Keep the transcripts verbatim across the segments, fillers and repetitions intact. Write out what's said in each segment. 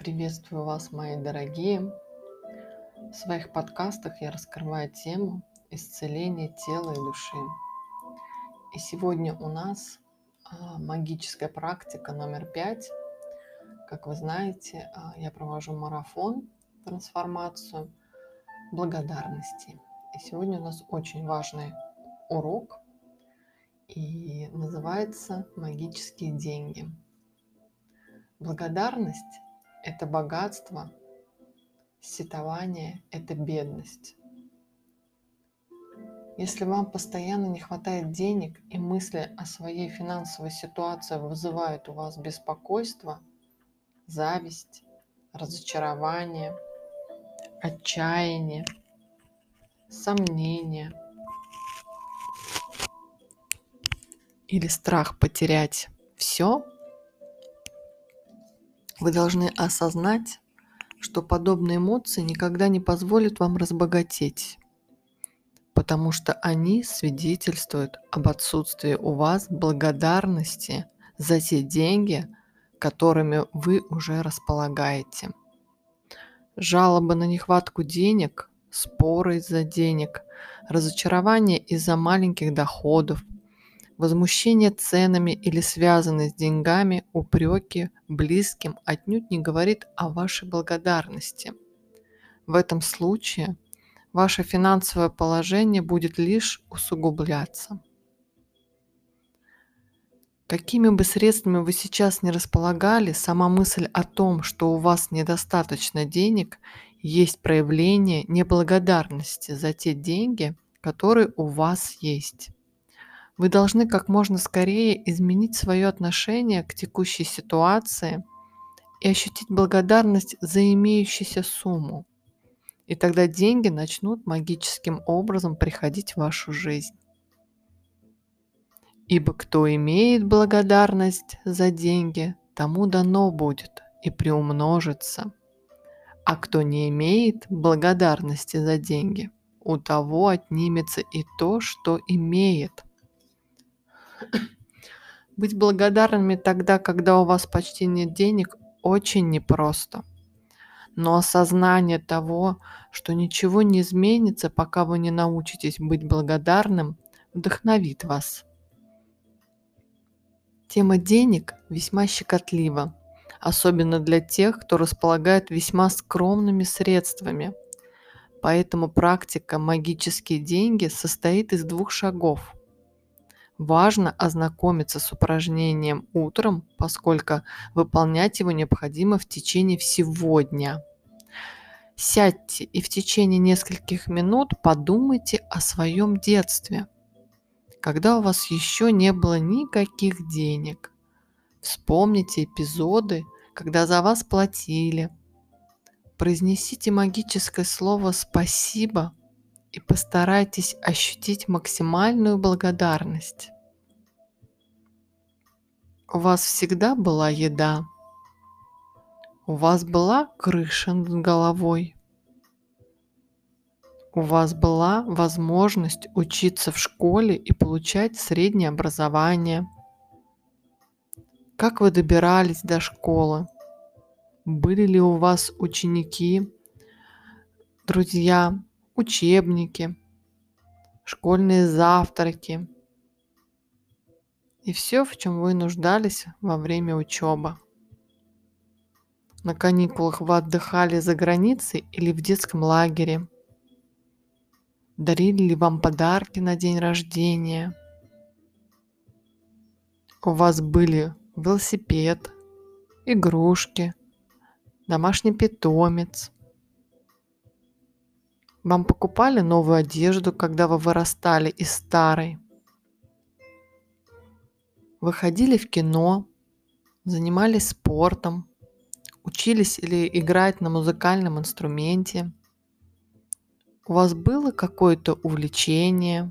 Приветствую вас, мои дорогие. В своих подкастах я раскрываю тему исцеления тела и души. И сегодня у нас а, магическая практика номер пять. Как вы знаете, а, я провожу марафон, трансформацию благодарности. И сегодня у нас очень важный урок, и называется «Магические деньги». Благодарность – это богатство, сетование – это бедность. Если вам постоянно не хватает денег и мысли о своей финансовой ситуации вызывают у вас беспокойство, зависть, разочарование, отчаяние, сомнение или страх потерять все, вы должны осознать, что подобные эмоции никогда не позволят вам разбогатеть, потому что они свидетельствуют об отсутствии у вас благодарности за те деньги, которыми вы уже располагаете. Жалобы на нехватку денег, споры из-за денег, разочарование из-за маленьких доходов, возмущение ценами или связанные с деньгами упреки близким отнюдь не говорит о вашей благодарности. В этом случае ваше финансовое положение будет лишь усугубляться. Какими бы средствами вы сейчас не располагали, сама мысль о том, что у вас недостаточно денег, есть проявление неблагодарности за те деньги, которые у вас есть. Вы должны как можно скорее изменить свое отношение к текущей ситуации и ощутить благодарность за имеющуюся сумму. И тогда деньги начнут магическим образом приходить в вашу жизнь. Ибо кто имеет благодарность за деньги, тому дано будет и приумножится. А кто не имеет благодарности за деньги, у того отнимется и то, что имеет. Быть благодарными тогда, когда у вас почти нет денег, очень непросто. Но осознание того, что ничего не изменится, пока вы не научитесь быть благодарным, вдохновит вас. Тема денег весьма щекотлива, особенно для тех, кто располагает весьма скромными средствами. Поэтому практика «Магические деньги» состоит из двух шагов. Важно ознакомиться с упражнением утром, поскольку выполнять его необходимо в течение всего дня. Сядьте и в течение нескольких минут подумайте о своем детстве, когда у вас еще не было никаких денег. Вспомните эпизоды, когда за вас платили. Произнесите магическое слово «спасибо» и постарайтесь ощутить максимальную благодарность. У вас всегда была еда. У вас была крыша над головой. У вас была возможность учиться в школе и получать среднее образование. Как вы добирались до школы? Были ли у вас ученики, друзья, учебники, школьные завтраки и все, в чем вы нуждались во время учебы? На каникулах вы отдыхали за границей или в детском лагере? Дарили ли вам подарки на день рождения? У вас были велосипед, игрушки, домашний питомец. Вам покупали новую одежду, когда вы вырастали из старой. Вы ходили в кино, занимались спортом, учились или играть на музыкальном инструменте. У вас было какое-то увлечение.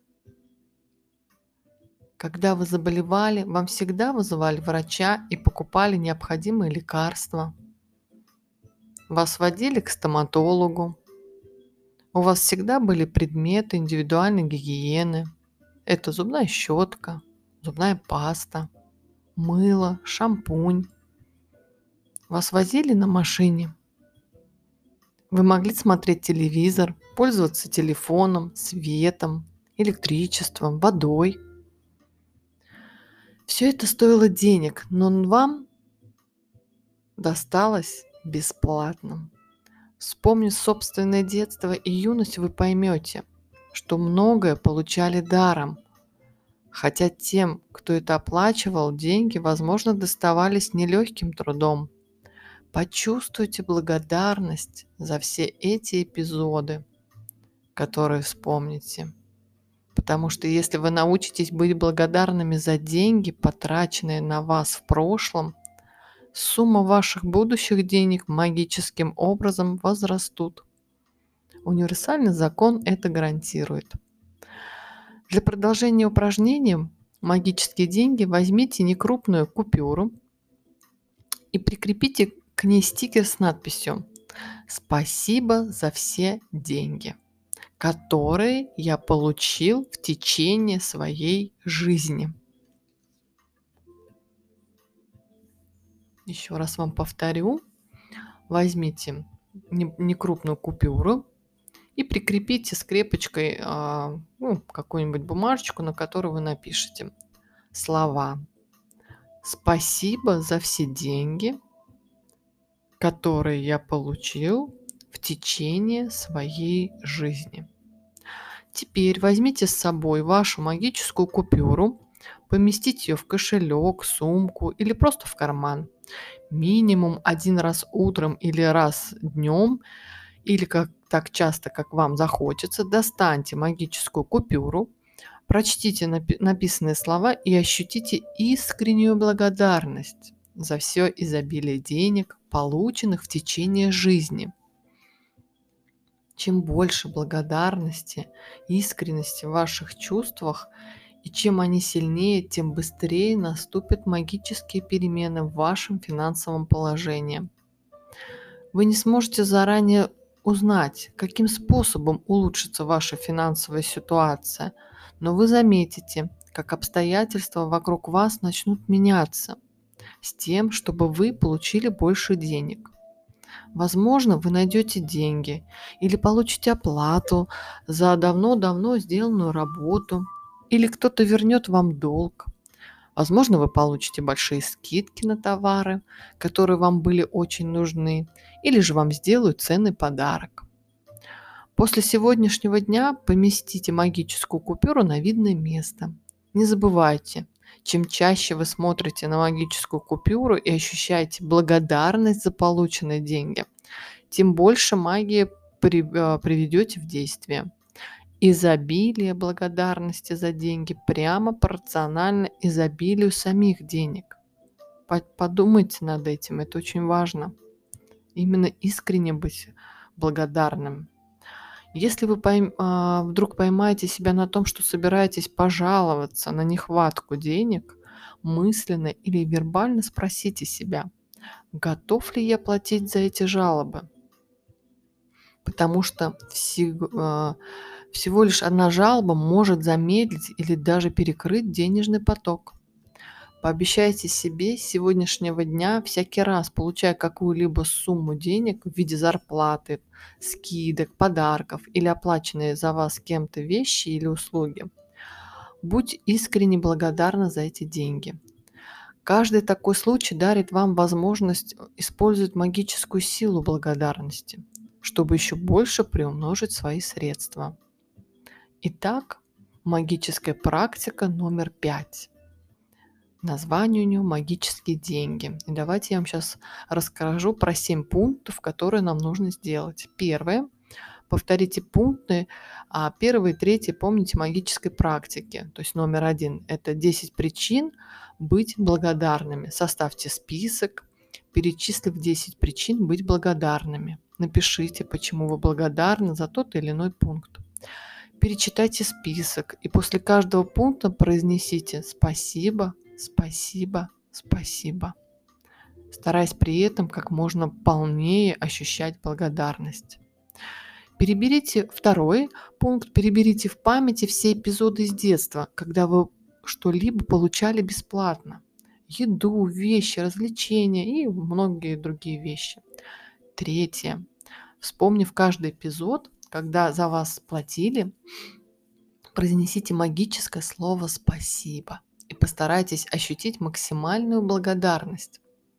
Когда вы заболевали, вам всегда вызывали врача и покупали необходимые лекарства. Вас водили к стоматологу. У вас всегда были предметы индивидуальной гигиены. Это зубная щетка, зубная паста, мыло, шампунь. Вас возили на машине. Вы могли смотреть телевизор, пользоваться телефоном, светом, электричеством, водой. Все это стоило денег, но вам досталось бесплатно. Вспомнив собственное детство и юность, вы поймете, что многое получали даром, хотя тем, кто это оплачивал, деньги, возможно, доставались нелегким трудом. Почувствуйте благодарность за все эти эпизоды, которые вспомните. Потому что если вы научитесь быть благодарными за деньги, потраченные на вас в прошлом, сумма ваших будущих денег магическим образом возрастут. Универсальный закон это гарантирует. Для продолжения упражнения «Магические деньги» возьмите некрупную купюру и прикрепите к ней стикер с надписью «Спасибо за все деньги, которые я получил в течение своей жизни». Еще раз вам повторю. Возьмите некрупную купюру и прикрепите скрепочкой а, ну, какую-нибудь бумажечку, на которой вы напишите слова «Спасибо за все деньги, которые я получил в течение своей жизни». Теперь возьмите с собой вашу магическую купюру, поместите ее в кошелек, сумку или просто в карман. Минимум один раз утром или раз днем, или как, так часто, как вам захочется, достаньте магическую купюру, прочтите напи- написанные слова и ощутите искреннюю благодарность за все изобилие денег, полученных в течение жизни. Чем больше благодарности, искренности в ваших чувствах, и чем они сильнее, тем быстрее наступят магические перемены в вашем финансовом положении. Вы не сможете заранее узнать, каким способом улучшится ваша финансовая ситуация, но вы заметите, как обстоятельства вокруг вас начнут меняться с тем, чтобы вы получили больше денег. Возможно, вы найдете деньги или получите оплату за давно-давно сделанную работу, или кто-то вернет вам долг. Возможно, вы получите большие скидки на товары, которые вам были очень нужны, или же вам сделают ценный подарок. После сегодняшнего дня поместите магическую купюру на видное место. Не забывайте, чем чаще вы смотрите на магическую купюру и ощущаете благодарность за полученные деньги, тем больше магии при, э, приведете в действие. Изобилие благодарности за деньги прямо пропорционально изобилию самих денег. Подумайте над этим, это очень важно. Именно искренне быть благодарным. Если вы пойм, а, вдруг поймаете себя на том, что собираетесь пожаловаться на нехватку денег, мысленно или вербально спросите себя, готов ли я платить за эти жалобы? Потому что всего, а, всего лишь одна жалоба может замедлить или даже перекрыть денежный поток. Пообещайте себе с сегодняшнего дня, всякий раз получая какую-либо сумму денег в виде зарплаты, скидок, подарков или оплаченные за вас кем-то вещи или услуги, будь искренне благодарна за эти деньги. Каждый такой случай дарит вам возможность использовать магическую силу благодарности, чтобы еще больше приумножить свои средства. Итак, магическая практика номер пять. Название у него «Магические деньги». И давайте я вам сейчас расскажу про семь пунктов, которые нам нужно сделать. Первое. Повторите пункты, а первый и третий помните магической практики. То есть номер один – это десять причин быть благодарными. Составьте список, перечислив десять причин быть благодарными. Напишите, почему вы благодарны за тот или иной пункт. Перечитайте список и после каждого пункта произнесите «спасибо», «спасибо», «спасибо», стараясь при этом как можно полнее ощущать благодарность. Переберите второй пункт, переберите в памяти все эпизоды из детства, когда вы что-либо получали бесплатно. еду, вещи, развлечения и многие другие вещи. Третье. Вспомнив каждый эпизод, когда за вас платили, произнесите магическое слово «спасибо» и постарайтесь ощутить максимальную благодарность.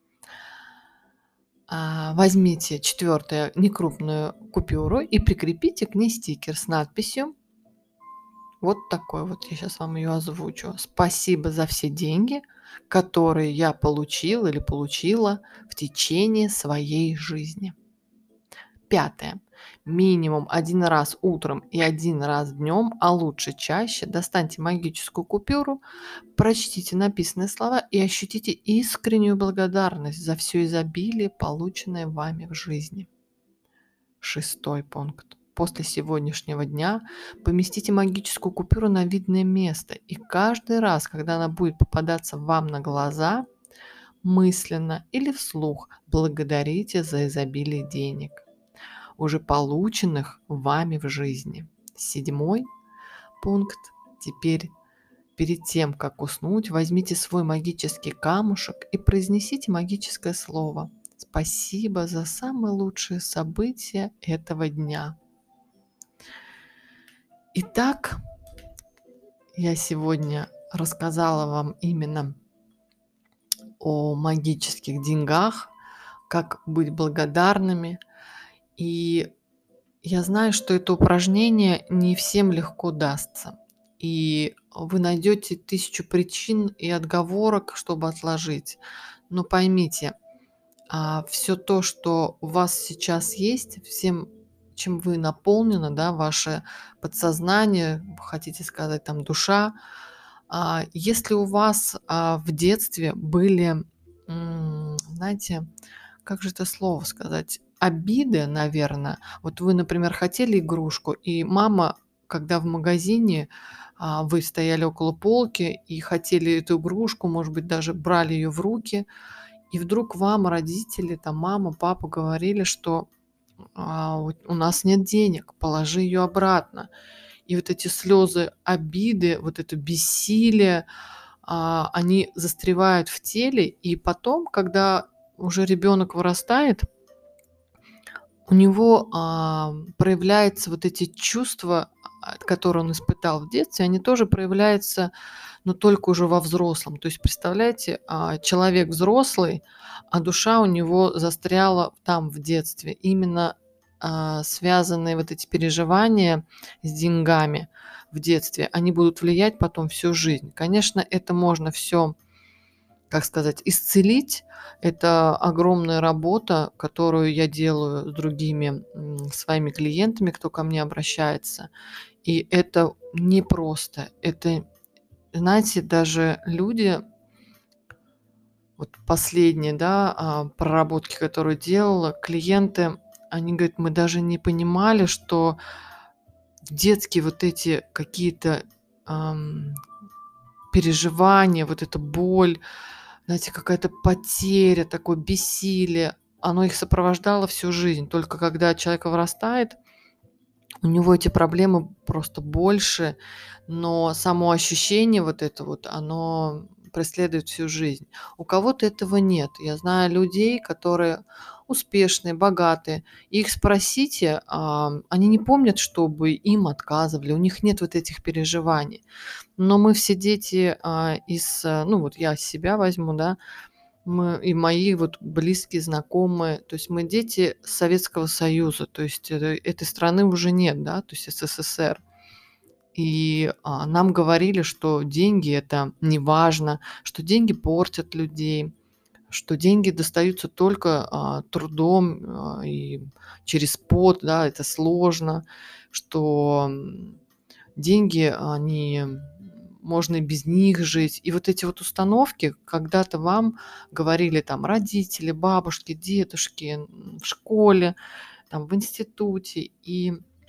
А, Возьмите четвертое некрупную купюру и прикрепите к ней стикер с надписью вот такой вот, я сейчас вам ее озвучу. Спасибо за все деньги, которые я получил или получила в течение своей жизни. Пятое. Минимум один раз утром и один раз днем, а лучше чаще, достаньте магическую купюру, прочтите написанные слова и ощутите искреннюю благодарность за все изобилие, полученное вами в жизни. Шестой пункт. После сегодняшнего дня поместите магическую купюру на видное место, и каждый раз, когда она будет попадаться вам на глаза, мысленно или вслух благодарите за изобилие денег, уже полученных вами в жизни. Седьмой пункт. Теперь перед тем, как уснуть, возьмите свой магический камушек и произнесите магическое слово. Спасибо за самые лучшие события этого дня. Итак, я сегодня рассказала вам именно о магических деньгах, как быть благодарными. И я знаю, что это упражнение не всем легко дастся. И вы найдете тысячу причин и отговорок, чтобы отложить. Но поймите, все то, что у вас сейчас есть, всем, чем вы наполнены, да, ваше подсознание, хотите сказать, там, душа, а, если у вас а, в детстве были, м, знаете, как же это слово сказать, обиды, наверное. Вот вы, например, хотели игрушку, и мама, когда в магазине а, вы стояли около полки и хотели эту игрушку, может быть, даже брали ее в руки, и вдруг вам родители, там мама, папа говорили, что а, вот у нас нет денег, положи ее обратно. И вот эти слезы обиды, вот это бессилие, а, они застревают в теле, и потом, когда уже ребенок вырастает, у него а, проявляются вот эти чувства, а, которые он испытал в детстве, они тоже проявляются, но только уже во взрослом. То есть, представляете, а, человек взрослый, а душа у него застряла там в детстве. Именно а, связанные вот эти переживания с деньгами в детстве, они будут влиять потом всю жизнь. Конечно, это можно все, как сказать, исцелить. Это огромная работа, которую я делаю с другими м, своими клиентами, кто ко мне обращается. И это непросто. Это, знаете, даже люди, вот последние, да, а, проработки, которые делала, клиенты, они говорят, мы даже не понимали, что детские вот эти какие-то ам, переживания, вот эта боль, знаете, какая-то потеря, такое бессилие, оно их сопровождало всю жизнь. Только когда человек вырастает, у него эти проблемы просто больше, но само ощущение вот это вот, оно преследует всю жизнь. У кого-то этого нет. Я знаю людей, которые успешные, богатые. Их спросите, а, они не помнят, чтобы им отказывали, у них нет вот этих переживаний. Но мы все дети а, из, э, ну вот я себя возьму, да, мы и мои вот близкие, знакомые, то есть мы дети Советского Союза, то есть э, этой страны уже нет, да, то есть СССР. И а, нам говорили, что деньги это не важно, что деньги портят людей, что деньги достаются только а, трудом а, и через пот, да, это сложно, что м, деньги, они можно и без них жить. И вот эти вот установки когда-то вам говорили там родители, бабушки, дедушки м, в школе, там в институте. И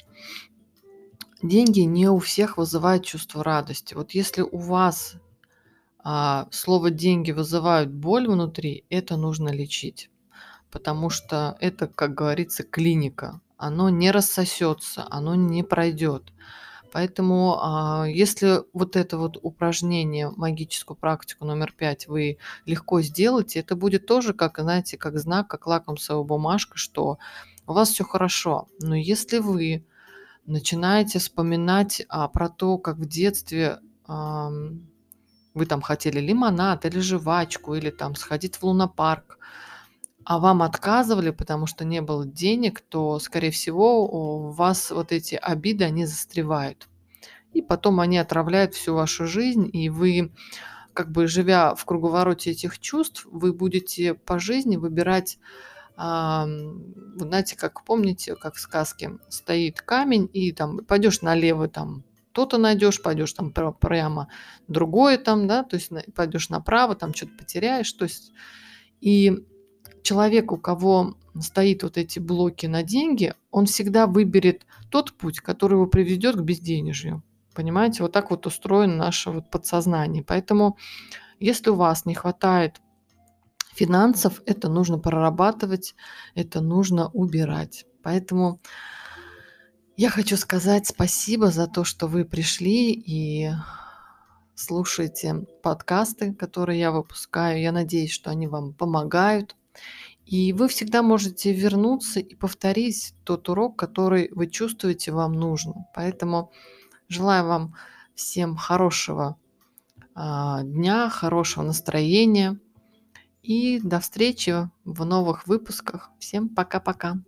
деньги не у всех вызывают чувство радости. Вот если у вас а, слово деньги вызывают боль внутри, это нужно лечить. Потому что это, как говорится, клиника. Оно не рассосется, оно не пройдет. Поэтому, а, если вот это вот упражнение, магическую практику номер пять вы легко сделаете, это будет тоже как, знаете, как знак, как лакмусовая бумажка, что у вас все хорошо. Но если вы начинаете вспоминать, а, про то, как в детстве, ам, вы там хотели лимонад или жвачку, или там сходить в лунопарк, а вам отказывали, потому что не было денег, то, скорее всего, у вас вот эти обиды, они застревают. И потом они отравляют всю вашу жизнь, и вы, как бы живя в круговороте этих чувств, вы будете по жизни выбирать, ам, вот знаете, как помните, как в сказке, стоит камень, и там пойдешь налево, там то-то найдешь, пойдешь там пра- прямо другое там, да, то есть на- пойдешь направо, там что-то потеряешь, то есть и человек, у кого стоит вот эти блоки на деньги, он всегда выберет тот путь, который его приведет к безденежью. Понимаете, вот так вот устроено наше вот подсознание. Поэтому, если у вас не хватает финансов, это нужно прорабатывать, это нужно убирать. Поэтому я хочу сказать спасибо за то, что вы пришли и слушаете подкасты, которые я выпускаю. Я надеюсь, что они вам помогают. И вы всегда можете вернуться и повторить тот урок, который вы чувствуете вам нужно. Поэтому желаю вам всем хорошего а, дня, хорошего настроения и до встречи в новых выпусках. Всем пока-пока.